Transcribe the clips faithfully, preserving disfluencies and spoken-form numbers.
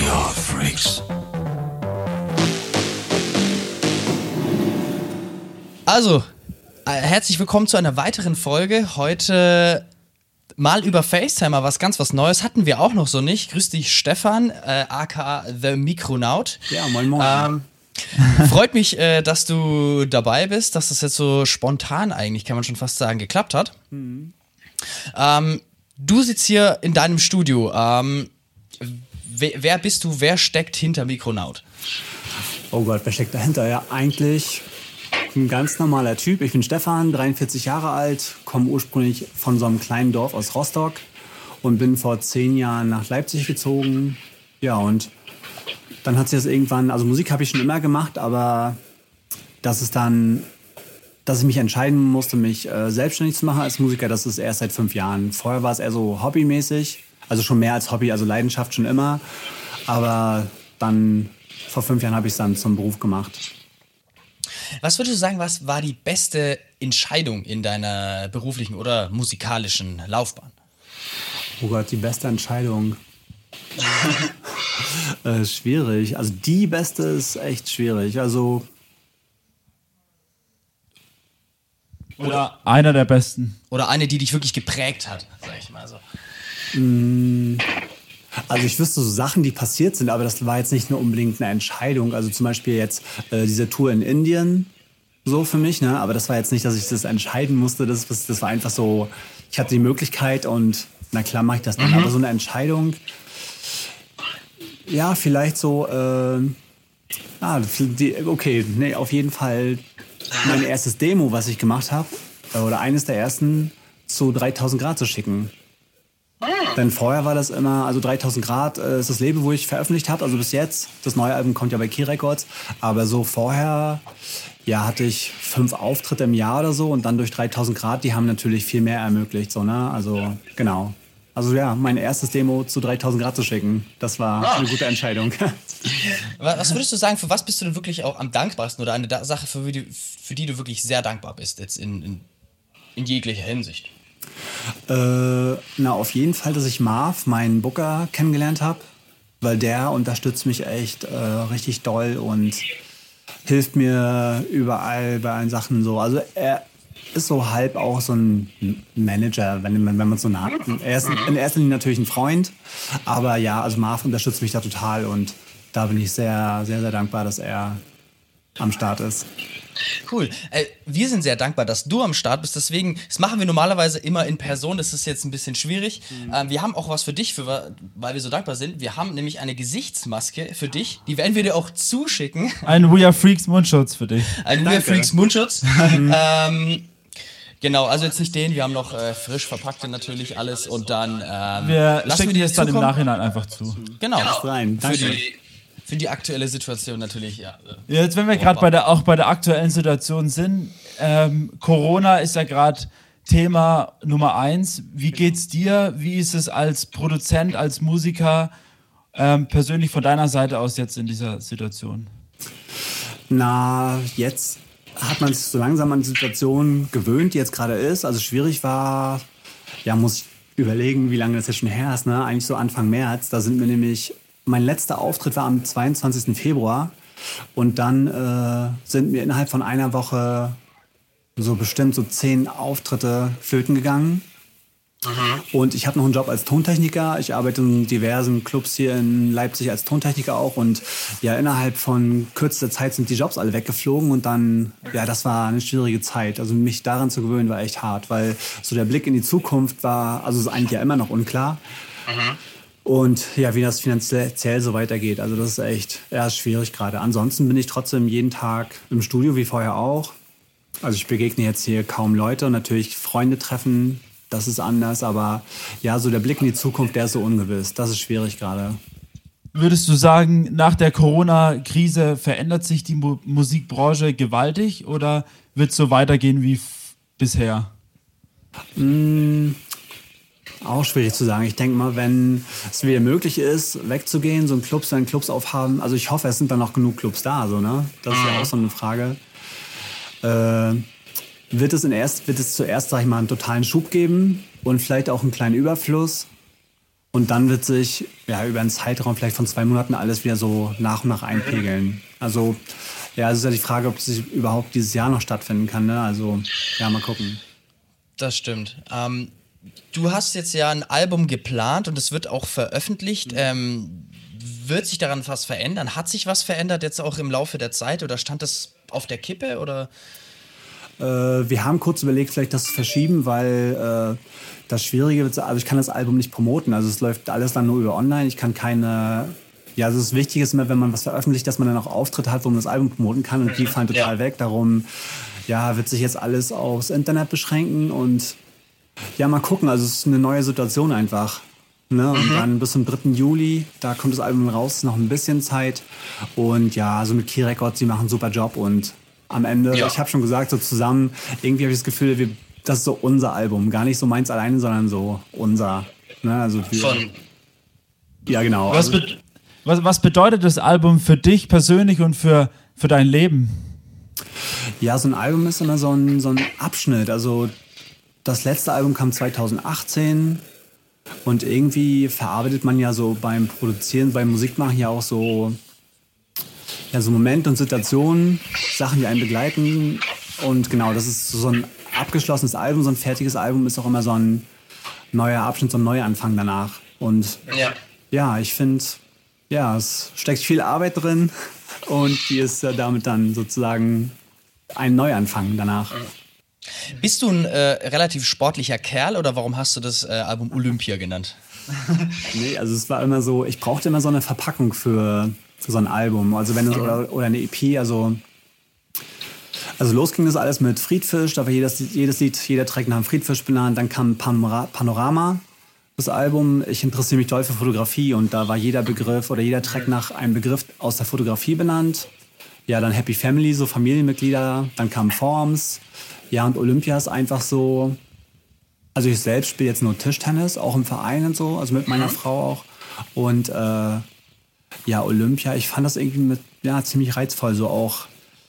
We are freaks. Also, äh, herzlich willkommen zu einer weiteren Folge. Heute mal über FaceTime, was ganz was Neues. Hatten wir auch noch so nicht. Grüß dich, Stefan, äh, aka The Mikronaut. Ja, moin moin. Ähm, freut mich, äh, dass du dabei bist, dass das jetzt so spontan eigentlich, kann man schon fast sagen, geklappt hat. Mhm. Ähm, du sitzt hier in deinem Studio. Ähm, wer, wer bist du? Wer steckt hinter Mikronaut? Oh Gott, wer steckt dahinter? Ja, eigentlich ein ganz normaler Typ. Ich bin Stefan, dreiundvierzig Jahre alt, komme ursprünglich von so einem kleinen Dorf aus Rostock und bin vor zehn Jahren nach Leipzig gezogen. Ja, und dann hat sich das irgendwann, also Musik habe ich schon immer gemacht, aber das ist dann, dass ich mich entscheiden musste, mich äh, selbstständig zu machen als Musiker, das ist erst seit fünf Jahren. Vorher war es eher so hobbymäßig, also schon mehr als Hobby, also Leidenschaft schon immer. Aber dann, vor fünf Jahren habe ich es dann zum Beruf gemacht. Was würdest du sagen, was war die beste Entscheidung in deiner beruflichen oder musikalischen Laufbahn? Oh Gott, die beste Entscheidung. äh, schwierig. Also die beste ist echt schwierig. Also Oder einer der besten. Oder eine, die dich wirklich geprägt hat, sag ich mal so. Also ich wüsste so Sachen, die passiert sind, aber das war jetzt nicht nur unbedingt eine Entscheidung. Also zum Beispiel jetzt äh, diese Tour in Indien, so für mich, ne? Aber das war jetzt nicht, dass ich das entscheiden musste. Das, das war einfach so, ich hatte die Möglichkeit und na klar mache ich das dann. Mhm. Aber so eine Entscheidung, ja, vielleicht so, äh, ah, die, okay, nee, auf jeden Fall mein erstes Demo, was ich gemacht habe, oder eines der ersten, zu dreitausend Grad zu schicken. Denn vorher war das immer, also dreitausend Grad äh, ist das Label, wo ich veröffentlicht habe, also bis jetzt. Das neue Album kommt ja bei Key Records. Aber so vorher, ja, hatte ich fünf Auftritte im Jahr oder so und dann durch dreitausend Grad, die haben natürlich viel mehr ermöglicht, so, ne? Also, genau. Also ja, mein erstes Demo zu dreitausend Grad zu schicken, das war eine gute Entscheidung. Was würdest du sagen, für was bist du denn wirklich auch am dankbarsten oder eine da- Sache, für die, für die du wirklich sehr dankbar bist, jetzt in, in, in jeglicher Hinsicht? Äh, na, auf jeden Fall, dass ich Marv, meinen Booker, kennengelernt habe, weil der unterstützt mich echt äh, richtig doll und hilft mir überall bei allen Sachen so. Also er ist so halb auch so ein Manager, wenn man wenn man so nah hat. Er ist in erster Linie natürlich ein Freund, aber ja, also Marv unterstützt mich da total und da bin ich sehr, sehr, sehr dankbar, dass er am Start ist. Cool. Äh, wir sind sehr dankbar, dass du am Start bist. Deswegen, das machen wir normalerweise immer in Person. Das ist jetzt ein bisschen schwierig. Mhm. Ähm, wir haben auch was für dich, für, weil wir so dankbar sind. Wir haben nämlich eine Gesichtsmaske für dich. Die werden wir dir auch zuschicken. Ein We Are Freaks Mundschutz für dich. Ein We Are Freaks Mundschutz. ähm, genau, also jetzt nicht den. Wir haben noch äh, frisch verpackte natürlich alles. Und dann ähm, wir lassen schicken wir dir es dann im Nachhinein einfach zu. Genau. genau. Rein. Danke. Für die, für die aktuelle Situation natürlich, ja. Jetzt, wenn wir gerade bei der, auch bei der aktuellen Situation sind, ähm, Corona ist ja gerade Thema Nummer eins. Wie geht's dir? Wie ist es als Produzent, als Musiker ähm, persönlich von deiner Seite aus jetzt in dieser Situation? Na, jetzt hat man sich so langsam an die Situation gewöhnt, die jetzt gerade ist. Also schwierig war, ja, muss ich überlegen, wie lange das jetzt schon her ist, ne? Eigentlich so Anfang März. Da sind wir nämlich, mein letzter Auftritt war am zweiundzwanzigsten Februar und dann äh, sind mir innerhalb von einer Woche so bestimmt so zehn Auftritte flöten gegangen. Mhm. Und ich habe noch einen Job als Tontechniker. Ich arbeite in diversen Clubs hier in Leipzig als Tontechniker auch. Und ja, innerhalb von kürzester Zeit sind die Jobs alle weggeflogen. Und dann, ja, das war eine schwierige Zeit. Also mich daran zu gewöhnen, war echt hart. Weil so der Blick in die Zukunft war, also ist eigentlich ja immer noch unklar. Mhm. Und ja, wie das finanziell so weitergeht. Also das ist echt erst schwierig gerade. Ansonsten bin ich trotzdem jeden Tag im Studio, wie vorher auch. Also ich begegne jetzt hier kaum Leute und natürlich Freunde treffen. Das ist anders, aber ja, so der Blick in die Zukunft, der ist so ungewiss. Das ist schwierig gerade. Würdest du sagen, nach der Corona-Krise verändert sich die Mu- Musikbranche gewaltig oder wird es so weitergehen wie f- bisher? Mmh, auch schwierig zu sagen. Ich denke mal, wenn es wieder möglich ist, wegzugehen, so ein Clubs, wenn Clubs aufhaben, also ich hoffe, es sind dann noch genug Clubs da, so, ne? Das ist ja auch so eine Frage. Äh, Wird es, in erst, wird es zuerst, sag ich mal, einen totalen Schub geben und vielleicht auch einen kleinen Überfluss? Und dann wird sich ja über einen Zeitraum vielleicht von zwei Monaten alles wieder so nach und nach einpegeln. Also ja, es ist ja die Frage, ob es überhaupt dieses Jahr noch stattfinden kann. Ne? Also ja, mal gucken. Das stimmt. Ähm, du hast jetzt ja ein Album geplant und es wird auch veröffentlicht. Mhm. Ähm, wird sich daran was verändern? Hat sich was verändert jetzt auch im Laufe der Zeit oder stand das auf der Kippe oder? Äh, wir haben kurz überlegt, vielleicht das zu verschieben, weil äh, das Schwierige wird, also ich kann das Album nicht promoten, also es läuft alles dann nur über online, ich kann keine, ja, also das Wichtige ist immer, wenn man was veröffentlicht, dass man dann auch Auftritte hat, wo man das Album promoten kann und die fallen total ja. weg, darum, ja, wird sich jetzt alles aufs Internet beschränken und ja, mal gucken, also es ist eine neue Situation einfach. Ne? Und mhm. dann bis zum dritten Juli, da kommt das Album raus, noch ein bisschen Zeit. Und ja, also mit Key Records, die machen einen super Job. Und am Ende, ja. ich habe schon gesagt, so zusammen, irgendwie habe ich das Gefühl, wir, das ist so unser Album. Gar nicht so meins alleine, sondern so unser. Ne? Also wir, Von. Ja, genau. Was, be- was, was bedeutet das Album für dich persönlich und für, für dein Leben? Ja, so ein Album ist immer so ein, so ein Abschnitt. Also das letzte Album kam zwanzig achtzehn. Und irgendwie verarbeitet man ja so beim Produzieren, beim Musikmachen ja auch so, ja, so Momente und Situationen, Sachen, die einen begleiten. Und genau, das ist so ein abgeschlossenes Album, so ein fertiges Album ist auch immer so ein neuer Abschnitt, so ein Neuanfang danach. Und ja, ja ich finde, ja, es steckt viel Arbeit drin und die ist ja damit dann sozusagen ein Neuanfang danach. Bist du ein äh, relativ sportlicher Kerl oder warum hast du das äh, Album Olympia genannt? Nee, also es war immer so, ich brauchte immer so eine Verpackung für, für so ein Album. Also wenn es oder, oder eine E P, also also los ging das alles mit Friedfisch, da war jedes, jedes Lied, jeder Track nach einem Friedfisch benannt, dann kam Panora- Panorama, das Album. Ich interessiere mich doll für Fotografie und da war jeder Begriff oder jeder Track nach einem Begriff aus der Fotografie benannt. Ja, dann Happy Family, so Familienmitglieder, dann kam Forms. Ja, und Olympia ist einfach so, also ich selbst spiele jetzt nur Tischtennis, auch im Verein und so, also mit meiner mhm. Frau auch. Und äh, ja, Olympia, ich fand das irgendwie mit, ja, ziemlich reizvoll, so auch,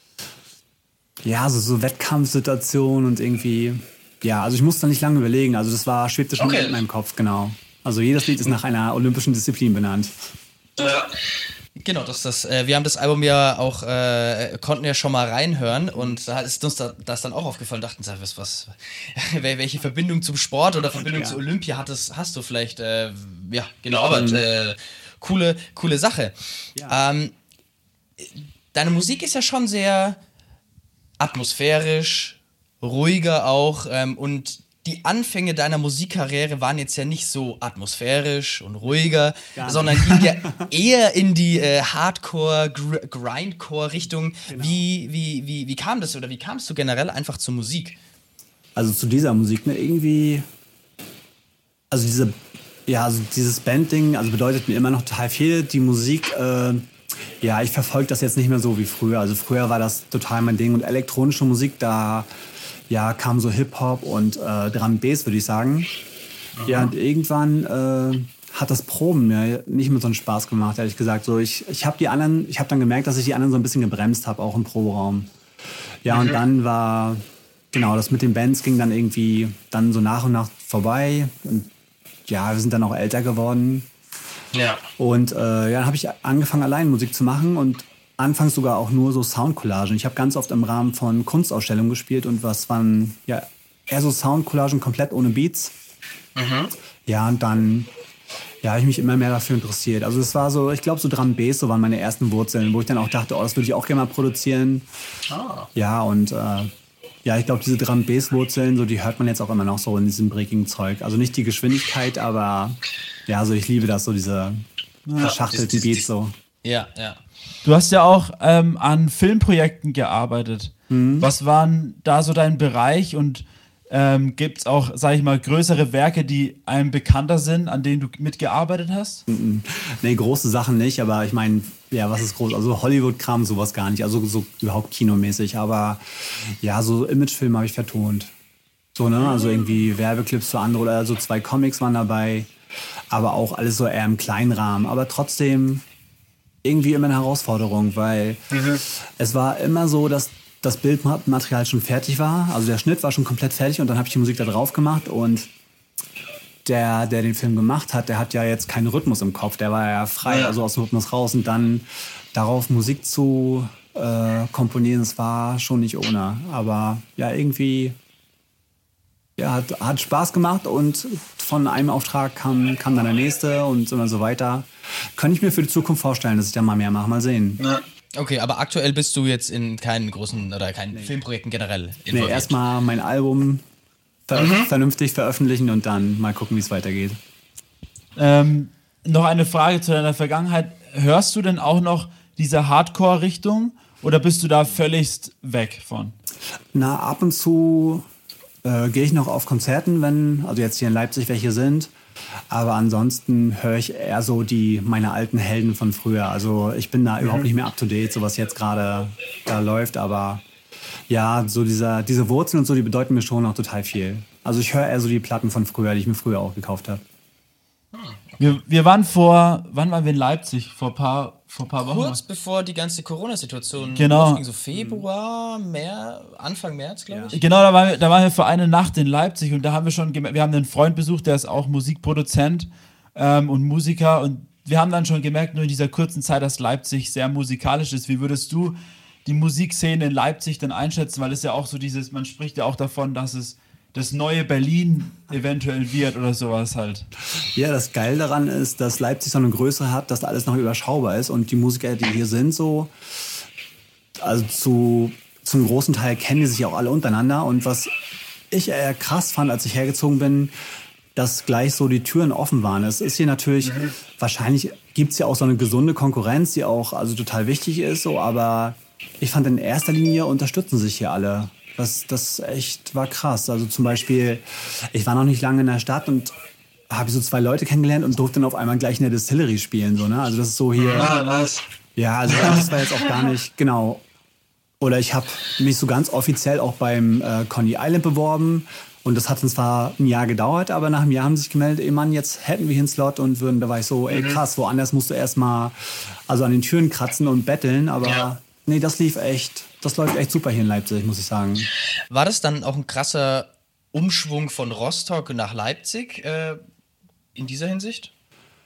ja, so, so Wettkampfsituationen und irgendwie, ja, also ich musste da nicht lange überlegen, also das war, schwebte schon okay. in meinem Kopf, genau. Also jedes Lied ist nach einer olympischen Disziplin benannt. Ja. Genau, das, das, äh, wir haben das Album ja auch, äh, konnten ja schon mal reinhören und da ist uns da, das dann auch aufgefallen, dachten, was, was, welche Verbindung zum Sport oder Verbindung ja. zu Olympia hattest, hast du vielleicht, äh, ja, genau, aber äh, coole, coole Sache. Ja. Ähm, deine Musik ist ja schon sehr atmosphärisch, ruhiger auch ähm, und die Anfänge deiner Musikkarriere waren jetzt ja nicht so atmosphärisch und ruhiger, sondern ging ja eher in die äh, Hardcore, Gr- Grindcore-Richtung. Genau. Wie, wie, wie, wie kam das oder wie kamst du generell einfach zur Musik? Also zu dieser Musik, ne, irgendwie, also diese, ja, also dieses Band-Ding, also bedeutet mir immer noch total viel. Die Musik, äh, ja, ich verfolge das jetzt nicht mehr so wie früher. Also früher war das total mein Ding und elektronische Musik, da ja, kam so Hip-Hop und äh, Drum Bass, würde ich sagen. Aha. Ja, und irgendwann äh, hat das Proben mir nicht mehr so einen Spaß gemacht, ehrlich gesagt. So, ich ich habe die anderen, ich habe dann gemerkt, dass ich die anderen so ein bisschen gebremst habe, auch im Proberaum. Ja, mhm. und dann war, genau, das mit den Bands ging dann irgendwie dann so nach und nach vorbei. Und ja, wir sind dann auch älter geworden. Ja. Und äh, ja, dann habe ich angefangen, allein Musik zu machen und anfangs sogar auch nur so Soundcollagen. Ich habe ganz oft im Rahmen von Kunstausstellungen gespielt und was waren ja eher so Soundcollagen komplett ohne Beats. Mhm. Ja, und dann ja, habe ich mich immer mehr dafür interessiert. Also es war so, ich glaube so Drum Bass, so waren meine ersten Wurzeln, wo ich dann auch dachte, oh, das würde ich auch gerne mal produzieren. Ah. Ja, und äh, ja, ich glaube diese Drum Bass Wurzeln, so die hört man jetzt auch immer noch so in diesem breakigen Zeug. Also nicht die Geschwindigkeit, aber ja, so ich liebe das, so diese verschachtelten ja, Beats so. Ja, ja. Du hast ja auch ähm, an Filmprojekten gearbeitet. Mhm. Was waren da so dein Bereich und ähm, gibt es auch, sag ich mal, größere Werke, die einem bekannter sind, an denen du mitgearbeitet hast? Mhm. Nee, große Sachen nicht, aber ich meine, ja, was ist groß? Also Hollywood-Kram, sowas gar nicht, also so überhaupt kinomäßig, aber ja, so Imagefilme habe ich vertont. So, ne, also irgendwie Werbeclips für andere oder so zwei Comics waren dabei, aber auch alles so eher im kleinen Rahmen, aber trotzdem irgendwie immer eine Herausforderung, weil mhm. es war immer so, dass das Bildmaterial schon fertig war. Also der Schnitt war schon komplett fertig und dann habe ich die Musik da drauf gemacht und der, der den Film gemacht hat, der hat ja jetzt keinen Rhythmus im Kopf, der war ja frei, ja. also aus dem Rhythmus raus und dann darauf Musik zu äh, komponieren, das war schon nicht ohne. Aber ja, irgendwie ja, hat, hat Spaß gemacht und von einem Auftrag kam, kam dann der nächste und immer so weiter. Könnte ich mir für die Zukunft vorstellen, dass ich da mal mehr mache, mal sehen. Ja. Okay, aber aktuell bist du jetzt in keinen großen oder keinen nee. Filmprojekten generell involviert? Nee, erstmal mein Album ver- mhm. vernünftig veröffentlichen und dann mal gucken, wie es weitergeht. Ähm, noch eine Frage zu deiner Vergangenheit. Hörst du denn auch noch diese Hardcore-Richtung oder bist du da völligst weg von? Na, ab und zu äh, gehe ich noch auf Konzerten, wenn, also jetzt hier in Leipzig welche sind. Aber ansonsten höre ich eher so die meine alten Helden von früher. Also ich bin da mhm. überhaupt nicht mehr up to date, so was jetzt gerade da läuft. Aber ja, so dieser, diese Wurzeln und so, die bedeuten mir schon noch total viel. Also ich höre eher so die Platten von früher, die ich mir früher auch gekauft habe. Wir, wir waren vor, wann waren wir in Leipzig? Vor ein paar, vor paar Wochen. Kurz bevor die ganze Corona-Situation genau. losging, so Februar, März, Anfang März, glaube ich. Genau, da waren, wir, da waren wir für eine Nacht in Leipzig und da haben wir schon, wir haben einen Freund besucht, der ist auch Musikproduzent ähm, und Musiker und wir haben dann schon gemerkt, nur in dieser kurzen Zeit, dass Leipzig sehr musikalisch ist. Wie würdest du die Musikszene in Leipzig dann einschätzen? Weil es ja auch so dieses, man spricht ja auch davon, dass es das neue Berlin eventuell wird oder sowas halt. Ja, das Geile daran ist, dass Leipzig so eine Größe hat, dass da alles noch überschaubar ist und die Musiker, die hier sind, so, also zu, zum großen Teil kennen die sich auch alle untereinander und was ich eher krass fand, als ich hergezogen bin, dass gleich so die Türen offen waren. Es ist hier natürlich, mhm. wahrscheinlich gibt es ja auch so eine gesunde Konkurrenz, die auch also total wichtig ist, so, aber ich fand in erster Linie unterstützen sich hier alle. Das, das echt war krass. Also zum Beispiel, ich war noch nicht lange in der Stadt und habe so zwei Leute kennengelernt und durfte dann auf einmal gleich in der Distillery spielen. So, ne? Also das ist so hier... Ah, nice. Ja, also das war jetzt auch gar nicht... Genau. Oder ich habe mich so ganz offiziell auch beim äh, Coney Island beworben. Und das hat dann zwar ein Jahr gedauert, aber nach einem Jahr haben sie sich gemeldet, ey Mann, jetzt hätten wir hier einen Slot und würden... Da war ich so, ey krass, woanders musst du erstmal also an den Türen kratzen und betteln. Aber ja. nee, das lief echt... Das läuft echt super hier in Leipzig, muss ich sagen. War das dann auch ein krasser Umschwung von Rostock nach Leipzig äh, in dieser Hinsicht?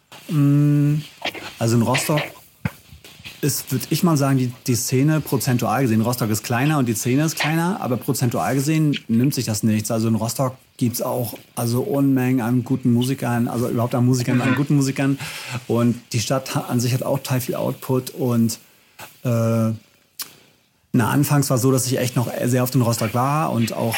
Also in Rostock ist, würde ich mal sagen, die, die Szene prozentual gesehen, Rostock ist kleiner und die Szene ist kleiner, aber prozentual gesehen nimmt sich das nichts. Also in Rostock gibt es auch also Unmengen an guten Musikern, also überhaupt an Musikern, an guten Musikern. Und die Stadt an sich hat auch total viel Output und äh, Na, anfangs war es so, dass ich echt noch sehr oft in Rostock war und auch,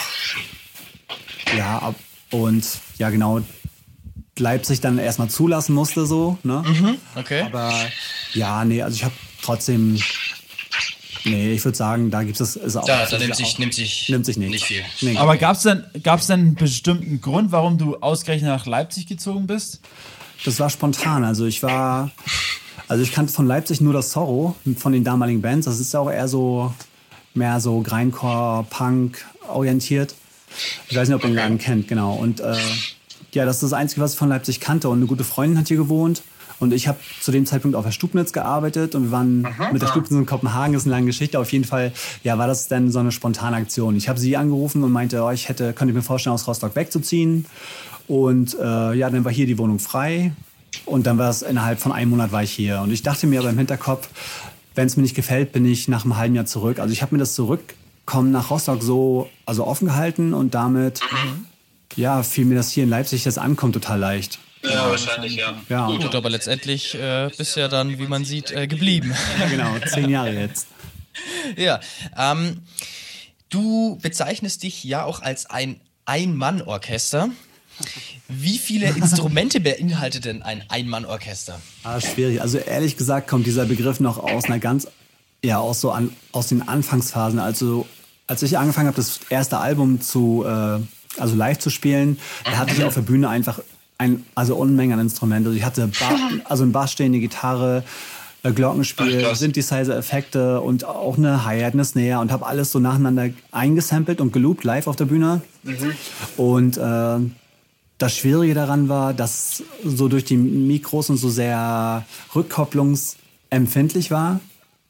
ja, und ja, genau, Leipzig dann erstmal zulassen musste, so, ne? Mhm, okay. Aber ja, nee, also ich habe trotzdem, nee, ich würde sagen, da gibt es, ist auch. Da, da nimmt sich, nimmt sich, nimmt sich nicht. nicht viel. Nee. Aber gab es denn, gab's denn einen bestimmten Grund, warum du ausgerechnet nach Leipzig gezogen bist? Das war spontan, also ich war, also ich kannte von Leipzig nur das Zorro von den damaligen Bands, das ist ja auch eher so, mehr so Grindcore, Punk orientiert. Ich weiß nicht, ob ihr den Laden kennt, genau. Und äh, ja, das ist das Einzige, was ich von Leipzig kannte. Und eine gute Freundin hat hier gewohnt. Und ich habe zu dem Zeitpunkt auf der Stubnitz gearbeitet. Und wir waren Aha, mit der Stubnitz in Kopenhagen. Das ist eine lange Geschichte. Auf jeden Fall ja, war das dann so eine spontane Aktion. Ich habe sie angerufen und meinte, oh, ich hätte, könnte mir vorstellen, aus Rostock wegzuziehen. Und äh, ja, dann war hier die Wohnung frei. Und dann war es innerhalb von einem Monat war ich hier. Und ich dachte mir aber im Hinterkopf, wenn es mir nicht gefällt, bin ich nach einem halben Jahr zurück. Also ich habe mir das Zurückkommen nach Rostock so also offen gehalten und damit mhm. ja, fiel mir das hier in Leipzig, das ankommt, total leicht. Ja, ja wahrscheinlich, ja. ja. Gut, Gut, aber letztendlich äh, bist du ja dann, wie man sieht, äh, geblieben. Ja, genau, zehn Jahre jetzt. Ja, ähm, du bezeichnest dich ja auch als ein Ein-Mann-Orchester. Wie viele Instrumente beinhaltet denn ein Ein-Mann-Orchester? Ah, schwierig. Also ehrlich gesagt kommt dieser Begriff noch aus einer ganz, ja, aus so an, aus den Anfangsphasen. Also als ich angefangen habe, das erste Album zu, äh, also live zu spielen, da hatte ich auf der Bühne einfach ein, also Unmengen an Instrumenten. Also ich hatte ba- also ein Bass stehende Gitarre, äh, Glockenspiel, Ach, Synthesizer-Effekte und auch eine Hi-Hat, eine Snare und habe alles so nacheinander eingesampelt und geloopt live auf der Bühne. Mhm. Und äh, das Schwierige daran war, dass so durch die Mikros und so sehr rückkopplungsempfindlich war.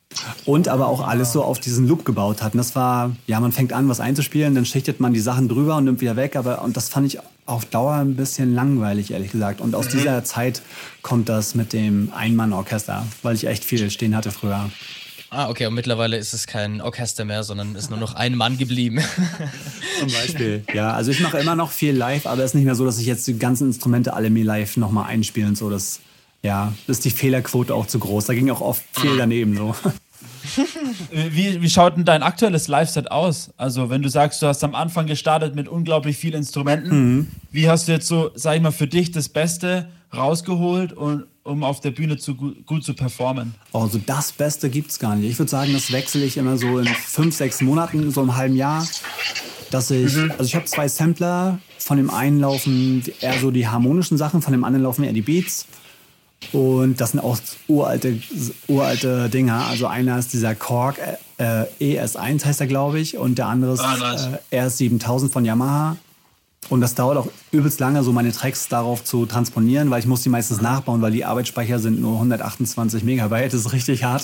Und aber auch alles so auf diesen Loop gebaut hat. Und das war, ja, man fängt an, was einzuspielen, dann schichtet man die Sachen drüber und nimmt wieder weg. Aber, und das fand ich auf Dauer ein bisschen langweilig, ehrlich gesagt. Und aus mhm. dieser Zeit kommt das mit dem Ein-Mann-Orchester, weil ich echt viel stehen hatte früher. Ah, okay, und mittlerweile ist es kein Orchester mehr, sondern ist nur noch ein Mann geblieben. Zum Beispiel, ja. Also ich mache immer noch viel live, aber es ist nicht mehr so, dass ich jetzt die ganzen Instrumente alle mir live nochmal einspiele und so. Das, ja, ist die Fehlerquote auch zu groß. Da ging auch oft viel daneben so. Wie, wie schaut denn dein aktuelles Live-Set aus? Also wenn du sagst, du hast am Anfang gestartet mit unglaublich vielen Instrumenten, mhm. wie hast du jetzt so, sag ich mal, für dich das Beste rausgeholt, und, um auf der Bühne zu, gut zu performen? Also das Beste gibt's gar nicht. Ich würde sagen, das wechsle ich immer so in fünf, sechs Monaten, so im halben Jahr. Dass ich, mhm. also ich habe zwei Sampler, von dem einen laufen eher so die harmonischen Sachen, von dem anderen laufen eher die Beats. Und das sind auch uralte, uralte Dinger. Also einer ist dieser Korg äh, E S eins heißt er, glaube ich. Und der andere ist ah, nice. äh, R S siebentausend von Yamaha. Und das dauert auch übelst lange, so meine Tracks darauf zu transponieren, weil ich muss die meistens nachbauen, weil die Arbeitsspeicher sind nur hundertachtundzwanzig Megabyte. Das ist richtig hart.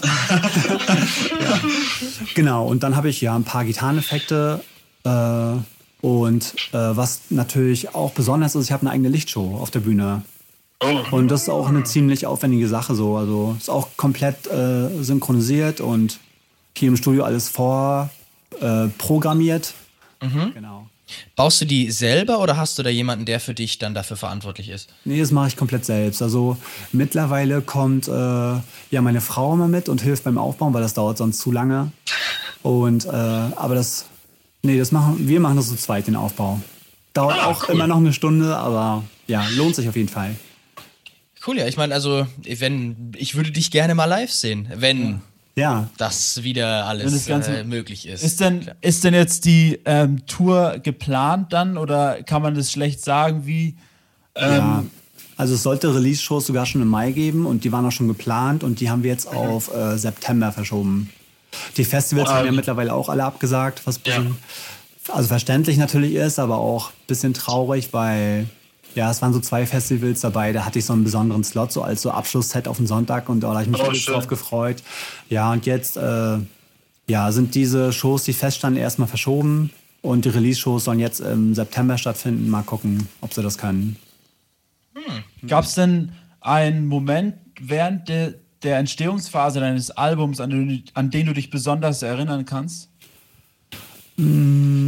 Ja. Genau, und dann habe ich ja ein paar Gitarreneffekte. Äh, und äh, was natürlich auch besonders ist, ich habe eine eigene Lichtshow auf der Bühne. Und das ist auch eine ziemlich aufwendige Sache so. Also ist auch komplett äh, synchronisiert und hier im Studio alles vorprogrammiert. Äh, mhm. Genau. Baust du die selber oder hast du da jemanden, der für dich dann dafür verantwortlich ist? Nee, das mache ich komplett selbst. Also mittlerweile kommt äh, ja meine Frau immer mit und hilft beim Aufbauen, weil das dauert sonst zu lange. Und äh, aber das, nee, das machen wir machen das zu zweit, den Aufbau. Dauert ah, auch cool. immer noch eine Stunde, aber ja, lohnt sich auf jeden Fall. Cool, ja. Ich meine, also, wenn ich würde dich gerne mal live sehen, wenn ja. das wieder alles das äh, möglich ist. Ist denn, ist denn jetzt die ähm, Tour geplant dann oder kann man das schlecht sagen, wie? Ähm ja, also es sollte Release-Shows sogar schon im Mai geben und die waren auch schon geplant und die haben wir jetzt auf äh, September verschoben. Die Festivals oh, haben ja mittlerweile auch alle abgesagt, was bisschen, ja. also verständlich natürlich ist, aber auch ein bisschen traurig, weil ja, es waren so zwei Festivals dabei, da hatte ich so einen besonderen Slot, so als so Abschlussset auf den Sonntag und da habe ich mich oh, drauf gefreut. Ja, und jetzt äh, ja, sind diese Shows, die feststanden, erstmal verschoben und die Release-Shows sollen jetzt im September stattfinden. Mal gucken, ob sie das können. Hm. Gab es denn einen Moment während der, der Entstehungsphase deines Albums, an den, an den du dich besonders erinnern kannst? Mmh.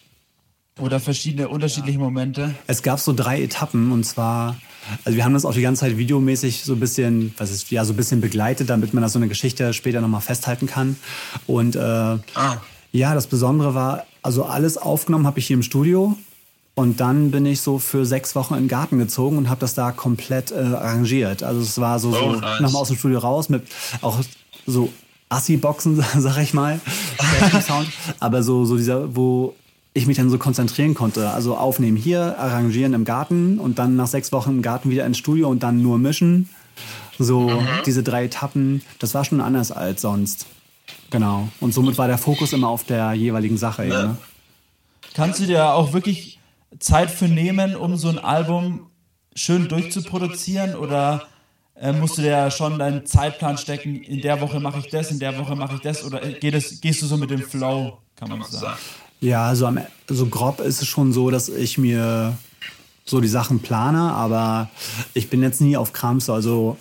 Oder verschiedene, unterschiedliche ja. Momente? Es gab so drei Etappen und zwar, also wir haben das auch die ganze Zeit videomäßig so ein bisschen, was ist, ja, so ein bisschen begleitet, damit man das so eine Geschichte später nochmal festhalten kann. Und äh, ah. ja, das Besondere war, also alles aufgenommen habe ich hier im Studio und dann bin ich so für sechs Wochen in den Garten gezogen und habe das da komplett äh, arrangiert. Also es war so, oh, so nice. nochmal aus dem Studio raus mit auch so Assi-Boxen, sag ich mal, Sound, aber so, so dieser, wo ich mich dann so konzentrieren konnte. Also aufnehmen hier, arrangieren im Garten und dann nach sechs Wochen im Garten wieder ins Studio und dann nur mischen. So mhm. diese drei Etappen, das war schon anders als sonst. Genau. Und somit war der Fokus immer auf der jeweiligen Sache. Ja. Ne? Kannst du dir auch wirklich Zeit für nehmen, um so ein Album schön durchzuproduzieren? Oder äh, musst du dir schon deinen Zeitplan stecken, in der Woche mache ich das, in der Woche mache ich das? Oder geht es, gehst du so mit dem Flow, kann man sagen? Ja, also am, so grob ist es schon so, dass ich mir so die Sachen plane, aber ich bin jetzt nie auf Krampf. Also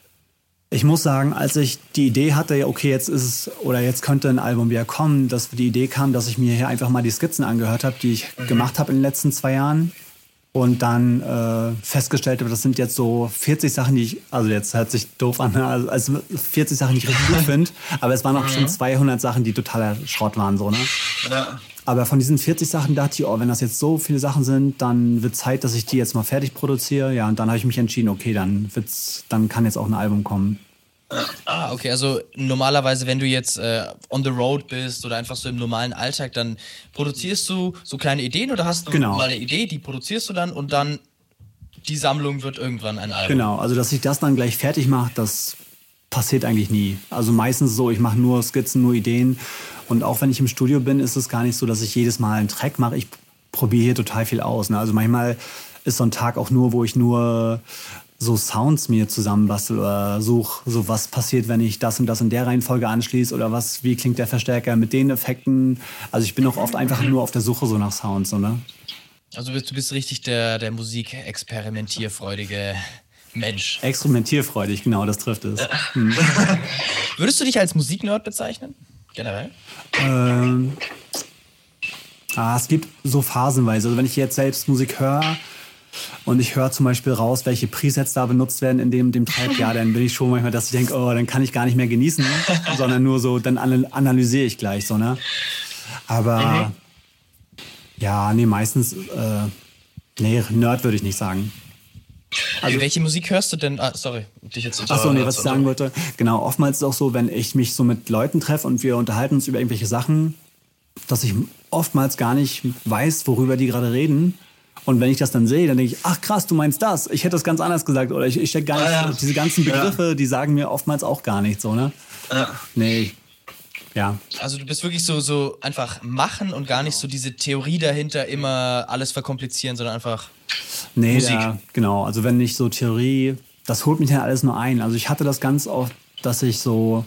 ich muss sagen, als ich die Idee hatte, okay, jetzt ist es oder jetzt könnte ein Album wieder kommen, dass die Idee kam, dass ich mir hier einfach mal die Skizzen angehört habe, die ich mhm. gemacht habe in den letzten zwei Jahren. Und dann äh, festgestellt habe, das sind jetzt so vierzig Sachen, die ich, also jetzt hört sich doof an, also, also vierzig Sachen, die ich richtig gut finde, aber es waren auch schon zweihundert Sachen, die totaler Schrott waren, so, ne? Ja. Aber von diesen vierzig Sachen dachte ich, oh, wenn das jetzt so viele Sachen sind, dann wird Zeit, dass ich die jetzt mal fertig produziere. Ja, und dann habe ich mich entschieden, okay, dann wird's, dann kann jetzt auch ein Album kommen. Ah, okay, also normalerweise, wenn du jetzt äh, on the road bist oder einfach so im normalen Alltag, dann produzierst du so kleine Ideen oder hast du genau. mal eine Idee, die produzierst du dann und dann die Sammlung wird irgendwann ein Album. Genau, also dass ich das dann gleich fertig mache, das passiert eigentlich nie. Also meistens so, ich mache nur Skizzen, nur Ideen und auch wenn ich im Studio bin, ist es gar nicht so, dass ich jedes Mal einen Track mache. Ich probiere hier total viel aus. Ne? Also manchmal ist so ein Tag auch nur, wo ich nur so Sounds mir zusammenbastel oder such, so was passiert, wenn ich das und das in der Reihenfolge anschließe oder was, wie klingt der Verstärker mit den Effekten. Also ich bin auch oft einfach nur auf der Suche so nach Sounds, oder? Also du bist richtig der, der Musikexperimentierfreudige Mensch. Experimentierfreudig, genau, das trifft es. Hm. Würdest du dich als Musiknerd bezeichnen? Generell? Ähm, ah, es gibt so phasenweise. Also wenn ich jetzt selbst Musik höre und ich höre zum Beispiel raus, welche Presets da benutzt werden in dem, dem Track, ja, dann bin ich schon manchmal, dass ich denke, oh, dann kann ich gar nicht mehr genießen, sondern nur so, dann analysiere ich gleich so, ne? Aber mhm. ja, nee, meistens, äh, nee, Nerd würde ich nicht sagen. Also, welche Musik hörst du denn? Ah, sorry, dich jetzt Ach so, nee, was ich sagen wollte. Genau, oftmals ist es auch so, wenn ich mich so mit Leuten treffe und wir unterhalten uns über irgendwelche Sachen, dass ich oftmals gar nicht weiß, worüber die gerade reden. Und wenn ich das dann sehe, dann denke ich, ach krass, du meinst das. Ich hätte das ganz anders gesagt. Oder ich, ich stecke gar nicht, ah, ja. diese ganzen Begriffe, ja. die sagen mir oftmals auch gar nichts, so, ne? Ja. Nee. Ja. Also du bist wirklich so, so einfach machen und gar nicht so diese Theorie dahinter immer alles verkomplizieren, sondern einfach nee, Musik. Da, genau. Also wenn nicht so Theorie, das holt mich dann alles nur ein. Also ich hatte das ganz oft, dass ich so,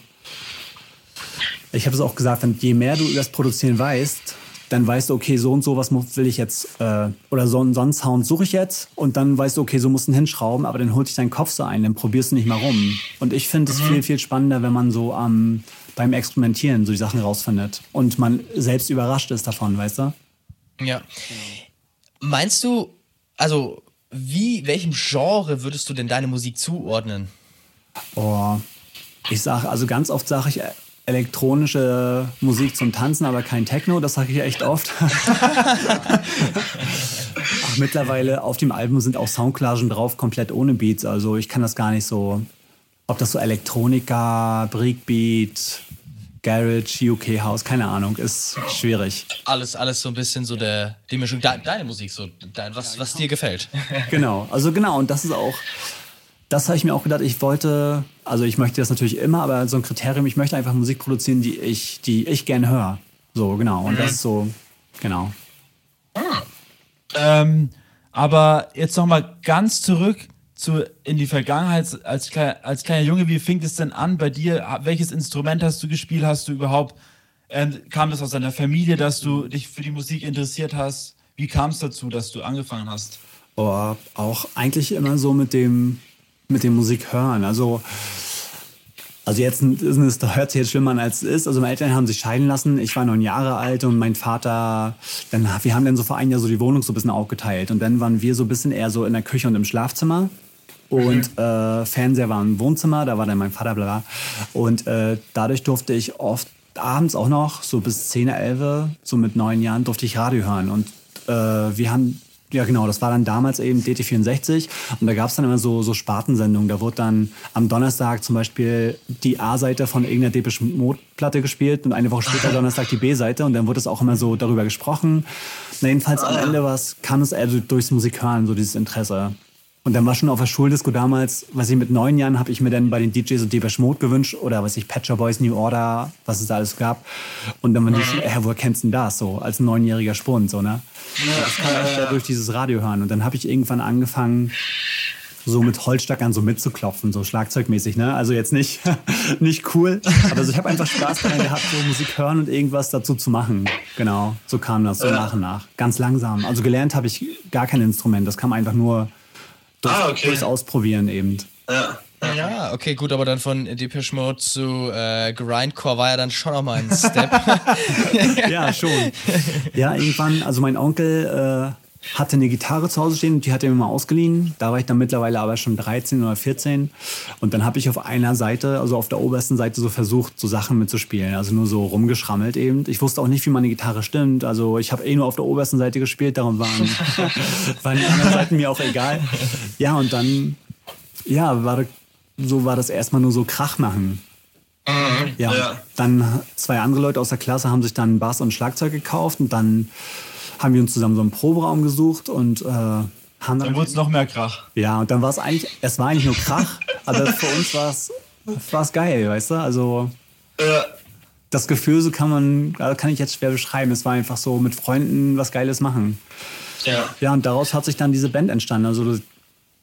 ich habe es auch gesagt, wenn, je mehr du über das Produzieren weißt, dann weißt du, okay, so und so was will ich jetzt, äh, oder so, so einen Sound suche ich jetzt und dann weißt du, okay, so musst du ihn hinschrauben, aber dann holt dich dein Kopf so ein, dann probierst du nicht mal rum. Und ich finde es mhm. viel, viel spannender, wenn man so am ähm, beim Experimentieren so die Sachen rausfindet und man selbst überrascht ist davon, weißt du? Ja. Meinst du, also wie, welchem Genre würdest du denn deine Musik zuordnen? Oh, ich sage, also ganz oft sage ich elektronische Musik zum Tanzen, aber kein Techno, das sage ich echt oft. Ach, mittlerweile auf dem Album sind auch Soundcollagen drauf, komplett ohne Beats, also ich kann das gar nicht so... Ob das so Elektronika, Breakbeat, Garage, U K House, keine Ahnung, ist schwierig. Alles, alles so ein bisschen so der, die Mischung, de, deine Musik, so, de, was, was dir gefällt. Genau, also genau, und das ist auch, das habe ich mir auch gedacht, ich wollte, also ich möchte das natürlich immer, aber so ein Kriterium, ich möchte einfach Musik produzieren, die ich, die ich gern höre. So, genau, und mhm. das ist so, genau. Ähm, aber jetzt nochmal ganz zurück zu, in die Vergangenheit als, kleiner, als kleiner Junge. Wie fing es denn an bei dir? Welches Instrument hast du gespielt? Hast du überhaupt, äh, kam das aus deiner Familie, dass du dich für die Musik interessiert hast? Wie kam es dazu, dass du angefangen hast? Oh, auch eigentlich immer so mit dem, mit dem Musik hören. Also, also jetzt ist es, da hört sich jetzt schlimmer an, als es ist. Also meine Eltern haben sich scheiden lassen. Ich war neun Jahre alt und mein Vater, dann, wir haben dann so vor einem Jahr so die Wohnung so ein bisschen aufgeteilt. Und dann waren wir so ein bisschen eher so in der Küche und im Schlafzimmer. Und äh, Fernseher war im Wohnzimmer, da war dann mein Vater, bla bla. Und äh, dadurch durfte ich oft abends auch noch, so bis zehn, elf, so mit neun Jahren, durfte ich Radio hören. Und äh, wir haben, ja genau, das war dann damals eben D T vierundsechzig. Und da gab es dann immer so, so Spartensendungen. Da wurde dann am Donnerstag zum Beispiel die A-Seite von irgendeiner Depeche Mode-Platte gespielt und eine Woche später Donnerstag die B-Seite. Und dann wurde es auch immer so darüber gesprochen. Na, jedenfalls am Ende was, kam es eher so durchs Musikhören, so dieses Interesse. Und dann war schon auf der Schuldisco damals, was ich mit neun Jahren, habe ich mir dann bei den D Js so Depeche Mode gewünscht oder was ich, Pet Shop Boys, New Order, was es da alles gab. Und dann war die schon, äh, woher kennst du denn das? So, als neunjähriger Spund, so, ne? Ja, das kam echt ja durch dieses Radio hören. Und dann habe ich irgendwann angefangen, so mit Holzstackern so mitzuklopfen, so schlagzeugmäßig, ne? Also jetzt nicht, nicht cool, aber also ich habe einfach Spaß daran gehabt, so Musik hören und irgendwas dazu zu machen. Genau, so kam das, so ja. nach und nach. Ganz langsam. Also gelernt habe ich gar kein Instrument, das kam einfach nur durch, ah, okay. durchs Ausprobieren eben. Ja. Ja, okay, gut, aber dann von Depeche Mode zu äh, Grindcore war ja dann schon nochmal ein Step. Ja, schon. Ja, irgendwann, also mein Onkel äh, hatte eine Gitarre zu Hause stehen und die hat er mir mal ausgeliehen. Da war ich dann mittlerweile aber schon dreizehn oder vierzehn. Und dann habe ich auf einer Seite, also auf der obersten Seite, so versucht, so Sachen mitzuspielen. Also nur so rumgeschrammelt eben. Ich wusste auch nicht, wie meine Gitarre stimmt. Also ich habe eh nur auf der obersten Seite gespielt, darum waren, waren die anderen Seiten mir auch egal. Ja, und dann, ja, war so war das erstmal nur so Krach machen. Mhm, ja, ja. Dann zwei andere Leute aus der Klasse haben sich dann Bass und Schlagzeug gekauft und dann haben wir uns zusammen so einen Proberaum gesucht und äh, haben dann... Dann wurde es noch mehr Krach. Ja, und dann war es eigentlich, es war eigentlich nur Krach, aber für uns war es geil, weißt du? Also ja. Das Gefühl, so kann man, also kann ich jetzt schwer beschreiben. Es war einfach so mit Freunden was Geiles machen. Ja. Ja, und daraus hat sich dann diese Band entstanden. Also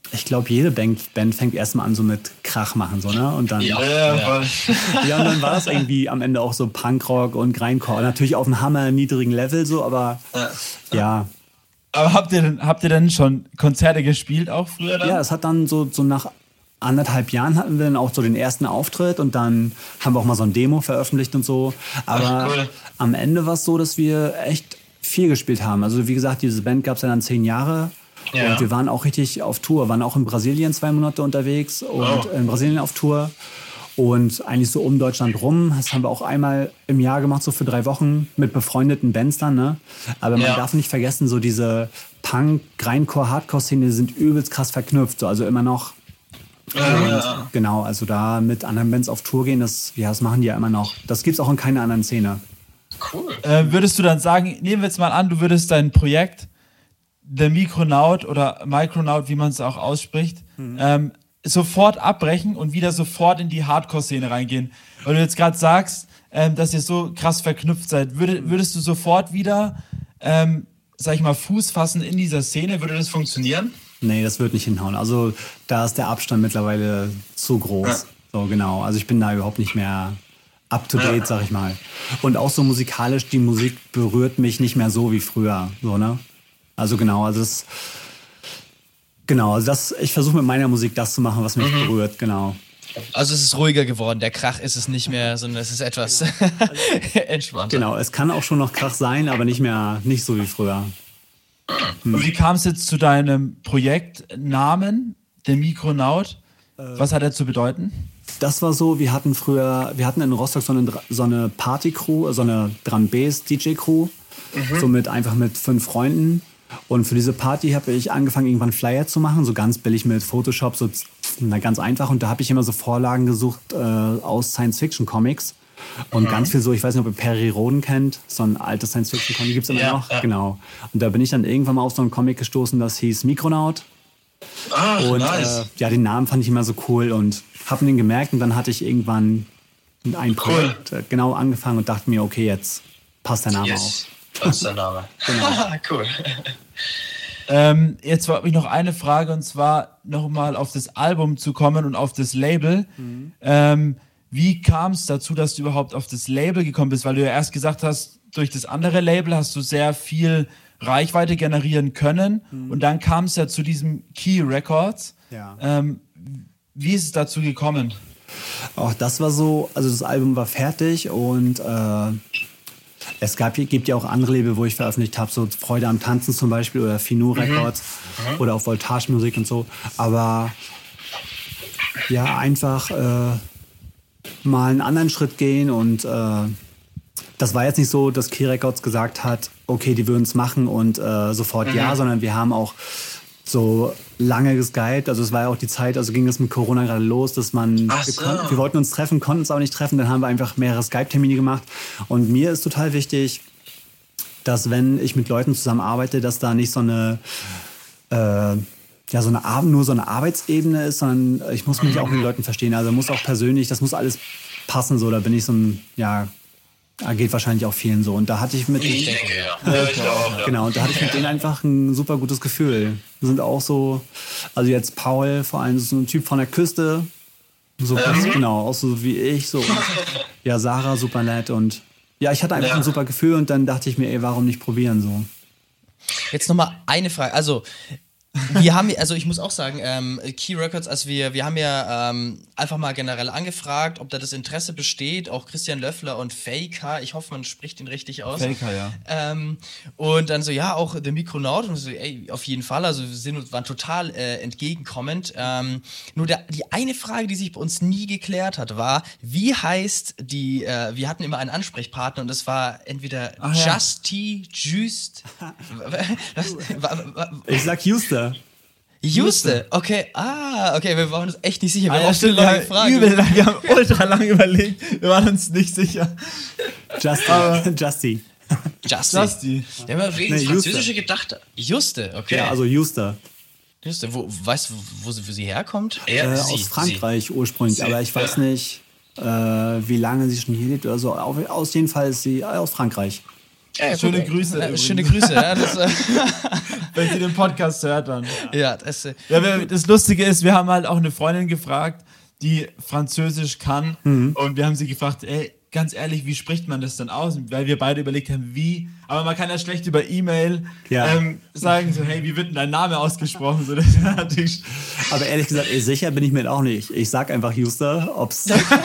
ich glaube, jede Band, Band fängt erstmal an so mit Krach machen, so, ne? Und dann, Ja, Ja, ja. voll. ja, und dann war es irgendwie am Ende auch so Punkrock und Grindcore. Natürlich auf einem hammer niedrigen Level so, aber Ja. ja. Aber habt ihr, denn, habt ihr denn schon Konzerte gespielt auch früher dann? Ja, es hat dann so, so nach anderthalb Jahren hatten wir dann auch so den ersten Auftritt und dann haben wir auch mal so ein Demo veröffentlicht und so. Aber Ach, cool. am Ende war es so, dass wir echt viel gespielt haben. Also wie gesagt, diese Band gab es ja dann zehn Jahre. Ja. Und wir waren auch richtig auf Tour, waren auch in Brasilien zwei Monate unterwegs und Oh. in Brasilien auf Tour. Und eigentlich so um Deutschland rum. Das haben wir auch einmal im Jahr gemacht, so für drei Wochen mit befreundeten Bands dann. Ne? Aber man Ja. darf nicht vergessen, so diese Punk-, Grindcore-, Hardcore-Szene sind übelst krass verknüpft. So, also immer noch. Ja, Und ja. genau, also da mit anderen Bands auf Tour gehen, das, ja, das machen die ja immer noch. Das gibt's auch in keiner anderen Szene. Cool. Äh, würdest du dann sagen, nehmen wir jetzt mal an, du würdest dein Projekt The Micronaut oder Micronaut, wie man es auch ausspricht, ähm, sofort abbrechen und wieder sofort in die Hardcore-Szene reingehen. Weil du jetzt gerade sagst, ähm, dass ihr so krass verknüpft seid. Würde, würdest du sofort wieder, ähm, sag ich mal, Fuß fassen in dieser Szene? Würde das funktionieren? Nee, das wird nicht hinhauen. Also da ist der Abstand mittlerweile zu groß. Ja. So genau. Also ich bin da überhaupt nicht mehr up to date, Ja. sag ich mal. Und auch so musikalisch, die Musik berührt mich nicht mehr so wie früher. So, ne? Also genau, also das, genau, also das, ich versuche mit meiner Musik das zu machen, was mich berührt, genau. Also es ist ruhiger geworden. Der Krach ist es nicht mehr, sondern es ist etwas entspannter. Genau, es kann auch schon noch Krach sein, aber nicht mehr, nicht so wie früher. Und wie kam es jetzt zu deinem Projektnamen, der Micronaut? Was hat er zu bedeuten? Das war so, wir hatten früher, wir hatten in Rostock so eine, so eine Party-Crew, so eine Drum-Bass-D J-Crew, so mit, einfach mit fünf Freunden. Und für diese Party habe ich angefangen, irgendwann Flyer zu machen, so ganz billig mit Photoshop, so na, ganz einfach. Und da habe ich immer so Vorlagen gesucht äh, aus Science-Fiction-Comics. Und ganz viel so, ich weiß nicht, ob ihr Perry Roden kennt, so ein altes Science-Fiction-Comic gibt es immer Ja, noch. ja. Genau. Und da bin ich dann irgendwann mal auf so einen Comic gestoßen, das hieß Micronaut. Ah, Und nice. äh, ja, den Namen fand ich immer so cool und habe den gemerkt. Und dann hatte ich irgendwann ein Projekt äh, genau angefangen und dachte mir, okay, jetzt passt der Name Yes. Das ist der Name. Genau. Cool. Ähm, jetzt habe ich noch eine Frage und zwar nochmal auf das Album zu kommen und auf das Label. Ähm, wie kam es dazu, dass du überhaupt auf das Label gekommen bist? Weil du ja erst gesagt hast, durch das andere Label hast du sehr viel Reichweite generieren können und dann kam es ja zu diesem Key Records. Ja. Ähm, wie ist es dazu gekommen? Auch das war so, also das Album war fertig und äh, es gab, gibt ja auch andere Label, wo ich veröffentlicht habe, so Freude am Tanzen zum Beispiel oder Finu Records oder auch Voltage Musik und so. Aber ja, einfach äh, mal einen anderen Schritt gehen und äh, das war jetzt nicht so, dass Key Records gesagt hat, okay, die würden es machen und äh, sofort ja, sondern wir haben auch so lange geskypt. Also es war ja auch die Zeit, also ging das mit Corona gerade los, dass man, Ach wir, so. konnten, wir wollten uns treffen, konnten uns aber nicht treffen, dann haben wir einfach mehrere Skype-Termine gemacht. Und mir ist total wichtig, dass wenn ich mit Leuten zusammenarbeite, dass da nicht so eine, äh, ja, so eine Ar- nur so eine Arbeitsebene ist, sondern ich muss mich auch mit Leuten verstehen. Also muss auch persönlich, das muss alles passen, so, da bin ich so ein, ja, geht wahrscheinlich auch vielen so. Und da hatte ich mit Ich denen, denke, ja. Ja, ich auch, ja. genau, und da hatte ich mit denen einfach ein super gutes Gefühl. Die sind auch so, also jetzt Paul vor allem so ein Typ von der Küste, so genau, auch so wie ich, so. Und, ja, Sarah super nett und ja, ich hatte einfach Ja. ein super Gefühl und dann dachte ich mir, ey, warum nicht probieren so? Jetzt nochmal eine Frage. Also, wir haben, also ich muss auch sagen, ähm, Key Records, also wir, wir haben ja ähm, einfach mal generell angefragt, ob da das Interesse besteht, auch Christian Löffler und Faker, ich hoffe, man spricht ihn richtig aus. Faker, ja. Ähm, und dann so, ja, auch The Micronaut und so, ey, auf jeden Fall, also wir sind, uns- waren total äh, entgegenkommend. Ähm, nur der, die eine Frage, die sich bei uns nie geklärt hat, war, wie heißt die, äh, wir hatten immer einen Ansprechpartner und das war entweder Ach ja. Justy, Just, was, wa- wa- Ich sag Houston. Juste, okay, ah, okay, wir waren uns echt nicht sicher. Wir Ah, haben ja, auch viele stimmt, wir Leute haben gefragt. übel lang, wir haben ultra lang überlegt. Wir waren uns nicht sicher. Justy. Justy. Justy. Justy. Der haben wir wegen Nee, das Französische gedacht. Juste, okay. Ja, also Houston. Juste, wo, weißt du, wo sie, wo sie herkommt? Er, Äh, sie, aus Frankreich ursprünglich, Sie. aber ich weiß Ja. nicht, äh, wie lange sie schon hier lebt oder so. Auf, aus jeden Fall ist sie aus Frankreich. Sie. Ja, schöne gut, Grüße. Äh, schöne Grüße, ja. Das, äh, wenn sie den Podcast hört, dann. ja, das, äh, Ja, wir, das Lustige ist, wir haben halt auch eine Freundin gefragt, die Französisch kann. Mhm. Und wir haben sie gefragt, ey, ganz ehrlich, wie spricht man das dann aus? Weil wir beide überlegt haben, wie. Aber man kann ja schlecht über E-Mail Ja. ähm, sagen, so, hey, wie wird denn dein Name ausgesprochen? So, das ist natürlich. Aber ehrlich gesagt, ey, sicher bin ich mir auch nicht. Ich sag einfach Houston, ob's.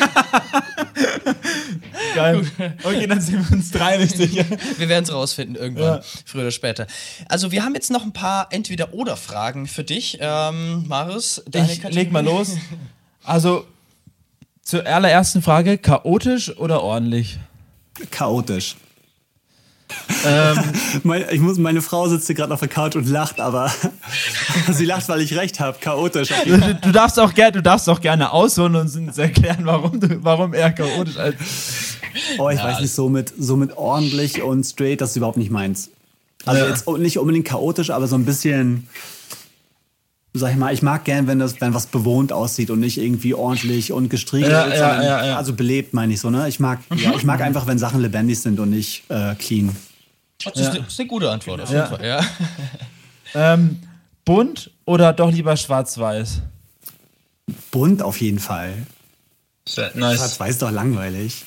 Geil. Okay, dann sind wir uns drei nicht sicher. wir werden es rausfinden irgendwann, Ja. früher oder später. Also wir haben jetzt noch ein paar Entweder-Oder-Fragen für dich, ähm, Marius. deine Ich Kategorie. leg mal los. Also, zur allerersten Frage, chaotisch oder ordentlich? Chaotisch. Ähm, Mein, ich muss, meine Frau sitzt hier gerade auf der Couch und lacht, aber sie lacht, weil ich recht habe. Chaotisch. du, du, darfst auch ger du darfst auch gerne ausholen und uns erklären, warum, du, warum er chaotisch als. Oh, ich weiß nicht, so mit, so mit ordentlich und straight, das ist überhaupt nicht meins. Also Ja. jetzt nicht unbedingt chaotisch, aber so ein bisschen, sag ich mal, ich mag gern, wenn das, wenn was bewohnt aussieht und nicht irgendwie ordentlich und gestriegelt, Ja, ja, sondern, ja, ja. also belebt, meine ich so, ne? Ich mag, ja, ich mag einfach, wenn Sachen lebendig sind und nicht äh, clean. Das ist, eine, das ist eine gute Antwort, auf jeden Ja. Fall. Ja. Ähm, bunt oder doch lieber schwarz-weiß? Bunt auf jeden Fall. Sehr nice. Schwarz-Weiß ist doch langweilig.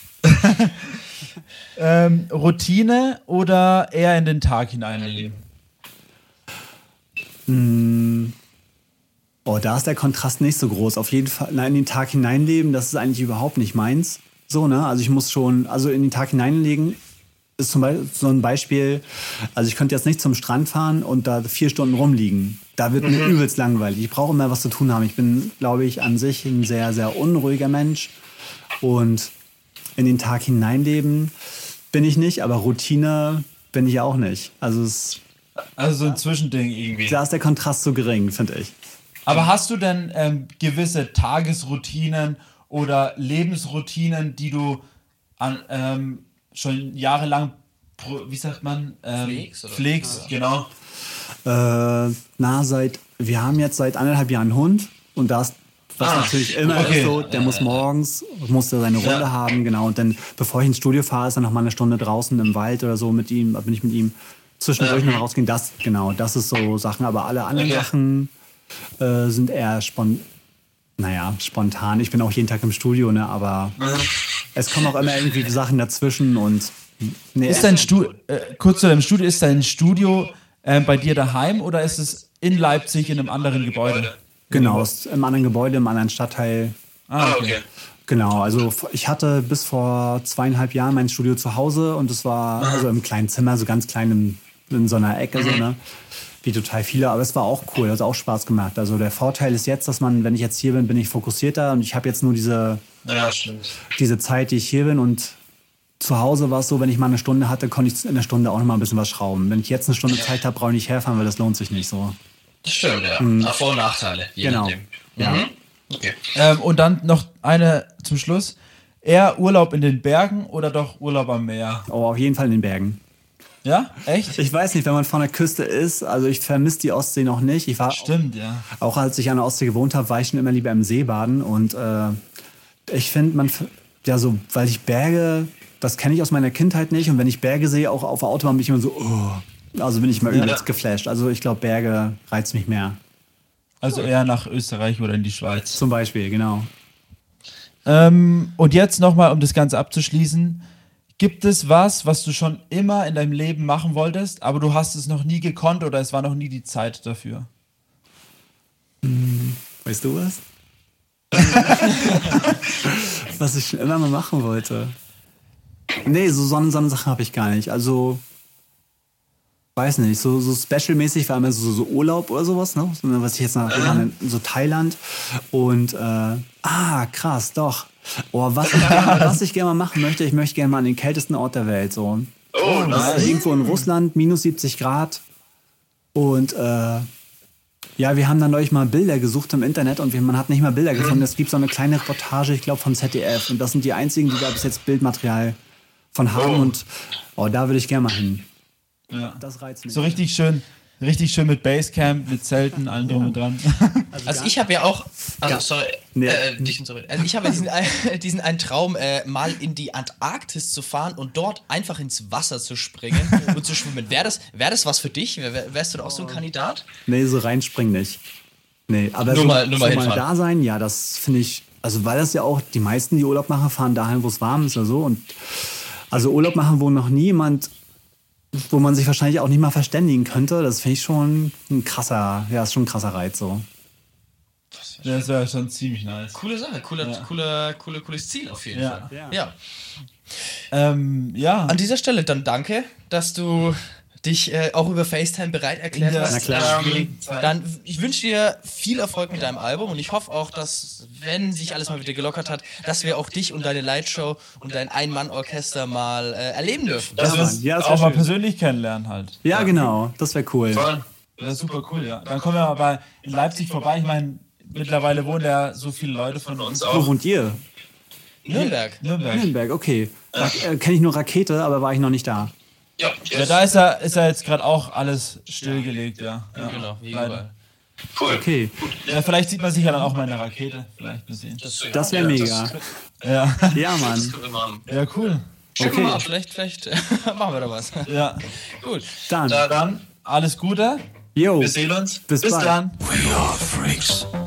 Ähm, Routine oder eher in den Tag hineinleben? Oh, da ist der Kontrast nicht so groß. Auf jeden Fall, nein, in den Tag hineinleben, das ist eigentlich überhaupt nicht meins. So, ne? Also ich muss schon, also in den Tag hineinlegen ist zum Beispiel so ein Beispiel, also ich könnte jetzt nicht zum Strand fahren und da vier Stunden rumliegen. Da wird mir übelst langweilig. Ich brauche immer was zu tun haben. Ich bin, glaube ich, an sich ein sehr, sehr unruhiger Mensch. Und in den Tag hineinleben bin ich nicht, aber Routine bin ich auch nicht. Also es, Also so ein Zwischending irgendwie. da ist der Kontrast so gering, finde ich. Aber hast du denn ähm, gewisse Tagesroutinen oder Lebensroutinen, die du an, ähm, schon jahrelang, pro, wie sagt man? Ähm, Pflegst, oder? pflegst, genau. Äh, na, seit, wir haben jetzt seit anderthalb Jahren einen Hund und das, was natürlich immer okay. ist so, der muss morgens, muss der seine Runde Ja. haben, genau, und dann, bevor ich ins Studio fahre, ist er noch mal eine Stunde draußen im Wald oder so mit ihm, bin ich mit ihm zwischendurch noch rausgehen, das, genau, das ist so Sachen, aber alle anderen Okay. Sachen äh, sind eher spon naja, spontan. Ich bin auch jeden Tag im Studio, ne, aber es kommen auch immer irgendwie Sachen dazwischen und nee, Ist dein Studio, äh, kurz zu deinem Studio, ist dein Studio äh, bei dir daheim oder ist es in Leipzig in einem anderen Gebäude? genau, ist im anderen Gebäude, im anderen Stadtteil. Ah, okay. Genau, also ich hatte bis vor zweieinhalb Jahren mein Studio zu Hause und es war also im kleinen Zimmer, so ganz klein in, in so einer Ecke, so, ne? Wie total viele, aber es war auch cool, hat auch Spaß gemacht. Also der Vorteil ist jetzt, dass man, wenn ich jetzt hier bin, bin ich fokussierter und ich habe jetzt nur diese, Ja, stimmt. diese Zeit, die ich hier bin und zu Hause war es so, wenn ich mal eine Stunde hatte, konnte ich in einer Stunde auch noch mal ein bisschen was schrauben. Wenn ich jetzt eine Stunde Zeit habe, brauche ich nicht herfahren, weil das lohnt sich nicht so. Das stimmt, ja. Mhm. Vor- und Nachteile, je Genau. nachdem. Ja. Mhm. Okay. Ähm, und dann noch eine zum Schluss. Eher Urlaub in den Bergen oder doch Urlaub am Meer? Oh, auf jeden Fall in den Bergen. Ja? Echt? Ich weiß nicht, wenn man von der Küste ist, also ich vermisse die Ostsee noch nicht. Ich war Stimmt, ja. Auch als ich an der Ostsee gewohnt habe, war ich schon immer lieber im See baden. Und äh, ich finde, man, f- ja, so, weil ich Berge, das kenne ich aus meiner Kindheit nicht. Und wenn ich Berge sehe, auch auf der Autobahn, bin ich immer so, oh. Also bin ich mal übelst geflasht. Also ich glaube, Berge reizt mich mehr. Also eher nach Österreich oder in die Schweiz. Zum Beispiel, genau. Ähm, und jetzt nochmal, um das Ganze abzuschließen. Gibt es was, was du schon immer in deinem Leben machen wolltest, aber du hast es noch nie gekonnt oder es war noch nie die Zeit dafür? Weißt du was? Was ich schon immer mal machen wollte. Nee, so, so, so eine Sache habe ich gar nicht. Also, weiß nicht, so, so special-mäßig war immer so, so Urlaub oder sowas, ne? So, was ich jetzt nach so Thailand. Und, äh, ah, krass, doch. Oh, was ich gerne was ich gerne mal machen möchte, ich möchte gerne mal an den kältesten Ort der Welt. So. Oh, Das ist irgendwo in Russland, minus siebzig Grad. Und äh, ja, wir haben dann neulich mal Bilder gesucht im Internet und wir, man hat nicht mal Bilder gefunden. Es gibt so eine kleine Reportage, ich glaube, vom Z D F. Und das sind die einzigen, die da bis jetzt Bildmaterial von haben. Und oh, da würde ich gerne mal hin. Ja. Das reizt mich. So richtig schön Richtig schön mit Basecamp, mit Zelten, allem drum und dran. Also ich habe ja auch, also Ja. sorry, Nee. äh, dich, sorry. Also ich habe ja diesen, äh, diesen einen Traum, äh, mal in die Antarktis zu fahren und dort einfach ins Wasser zu springen und zu schwimmen. Wäre das, wär das was für dich? Wär, wärst du da auch so ein Kandidat? Nee, so reinspringen nicht. Nee, aber Nur so, mal- nur mal so mal hinfahren. da sein, ja, das finde ich, also weil das ja auch, die meisten, die Urlaub machen, fahren dahin, wo es warm ist oder so. Und also Urlaub machen, wo noch nie jemand, wo man sich wahrscheinlich auch nicht mal verständigen könnte, das finde ich schon ein krasser, ja, ist schon ein krasser Reiz so. Das wäre schon ziemlich nice. Coole Sache, cooler, Ja. cooler, cooler, cooles Ziel auf jeden Ja. Fall. Ja. Ja. Ähm, ja. An dieser Stelle dann danke, dass du dich äh, auch über FaceTime bereit erklärt Ja, hast. na klar. Ähm, dann ich wünsche dir viel Erfolg mit deinem Album und ich hoffe auch, dass, wenn sich alles mal wieder gelockert hat, dass wir auch dich und deine Lightshow und dein Ein-Mann-Orchester mal äh, erleben dürfen. Dass wir Mann. uns Ja, das wär auch mal schön. persönlich kennenlernen halt. Ja, genau, das wäre cool. Voll. Das ist super cool, ja. Dann kommen wir mal bei in Leipzig vorbei. Ich meine, mittlerweile wohnen ja so viele Leute von uns. Wo wohnt ihr? Nürnberg. Nürnberg. Nürnberg, okay. Da äh, kenne ich nur Rakete, aber war ich noch nicht da. Ja, Ja, yes. da ist ja, ist ja jetzt gerade auch alles stillgelegt, ja. ja. Genau, wie Leider. überall. Cool. Okay, Ja, vielleicht sieht man sich ja dann auch mal in der Rakete. Vielleicht mal sehen. das wäre mega. Ja. Ja, Mann. Das können wir machen. Ja, cool. Schick Okay. mal, vielleicht, vielleicht äh, machen wir da was. Ja. Gut. Dann, Dann alles Gute. jo, Wir sehen uns. bis bald. dann. We are freaks.